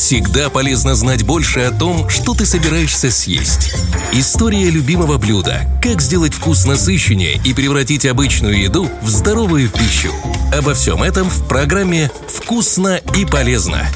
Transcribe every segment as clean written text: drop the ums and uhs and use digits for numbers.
Всегда полезно знать больше о том, что ты собираешься съесть. История любимого блюда. Как сделать вкус насыщеннее и превратить обычную еду в здоровую пищу. Обо всем этом в программе «Вкусно и полезно».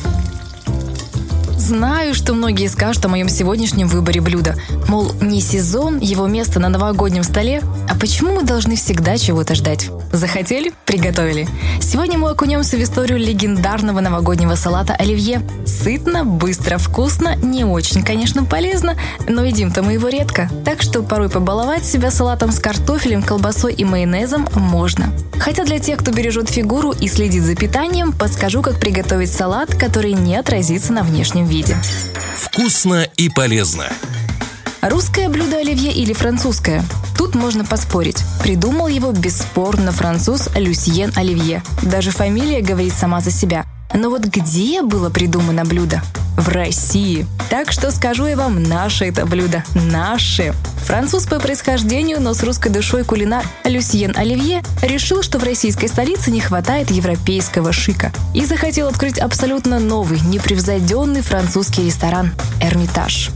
Знаю, что многие скажут о моем сегодняшнем выборе блюда. Мол, не сезон, его место на новогоднем столе. А почему мы должны всегда чего-то ждать? Захотели? Приготовили. Сегодня мы окунемся в историю легендарного новогоднего салата оливье. Сытно, быстро, вкусно, не очень, конечно, полезно, но едим-то мы его редко. Так что порой побаловать себя салатом с картофелем, колбасой и майонезом можно. Хотя для тех, кто бережет фигуру и следит за питанием, подскажу, как приготовить салат, который не отразится на внешнем виде. Вкусно и полезно. Русское блюдо оливье или французское? Тут можно поспорить. Придумал его бесспорно француз Люсьен Оливье. Даже фамилия говорит сама за себя. Но вот где было придумано блюдо? В России. Так что скажу я вам, наше это блюдо. Наше. Француз по происхождению, но с русской душой кулинар Люсьен Оливье решил, что в российской столице не хватает европейского шика. И захотел открыть абсолютно новый, непревзойденный французский ресторан «Эрмитаж».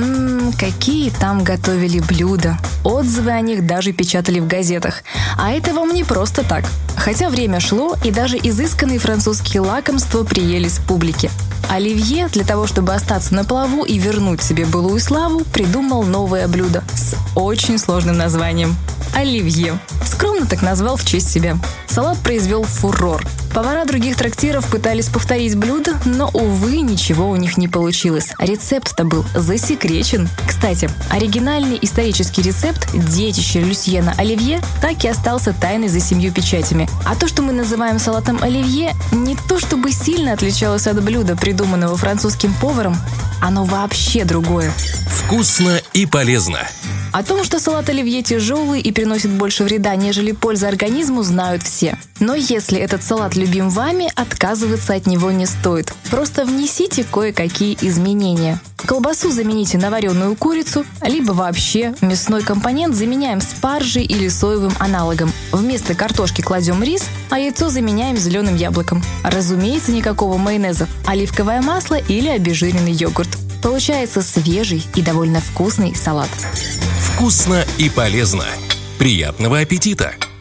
Какие там готовили блюда. Отзывы о них даже печатали в газетах. А это вам не просто так. Хотя время шло, и даже изысканные французские лакомства приелись публике. Оливье, для того, чтобы остаться на плаву и вернуть себе былую славу, придумал новое блюдо с очень сложным названием – оливье. Скромно так назвал в честь себя. Салат произвел фурор. Повара других трактиров пытались повторить блюдо, но, увы, ничего у них не получилось. Рецепт-то был засекречен. Кстати, оригинальный исторический рецепт детища Люсьена Оливье так и остался тайной за 7 печатями. А то, что мы называем салатом оливье, не то чтобы сильно отличалось от блюда, придуманного французским поваром, оно вообще другое. Вкусно и полезно. О том, что салат оливье тяжелый и приносит больше вреда, нежели пользы организму, знают все. Но если этот салат любим вами, отказываться от него не стоит. Просто внесите кое-какие изменения. Колбасу замените на вареную курицу, либо вообще мясной компонент заменяем спаржей или соевым аналогом. Вместо картошки кладем рис, а яйцо заменяем зеленым яблоком. Разумеется, никакого майонеза, оливковое масло или обезжиренный йогурт. Получается свежий и довольно вкусный салат. Вкусно и полезно. Приятного аппетита!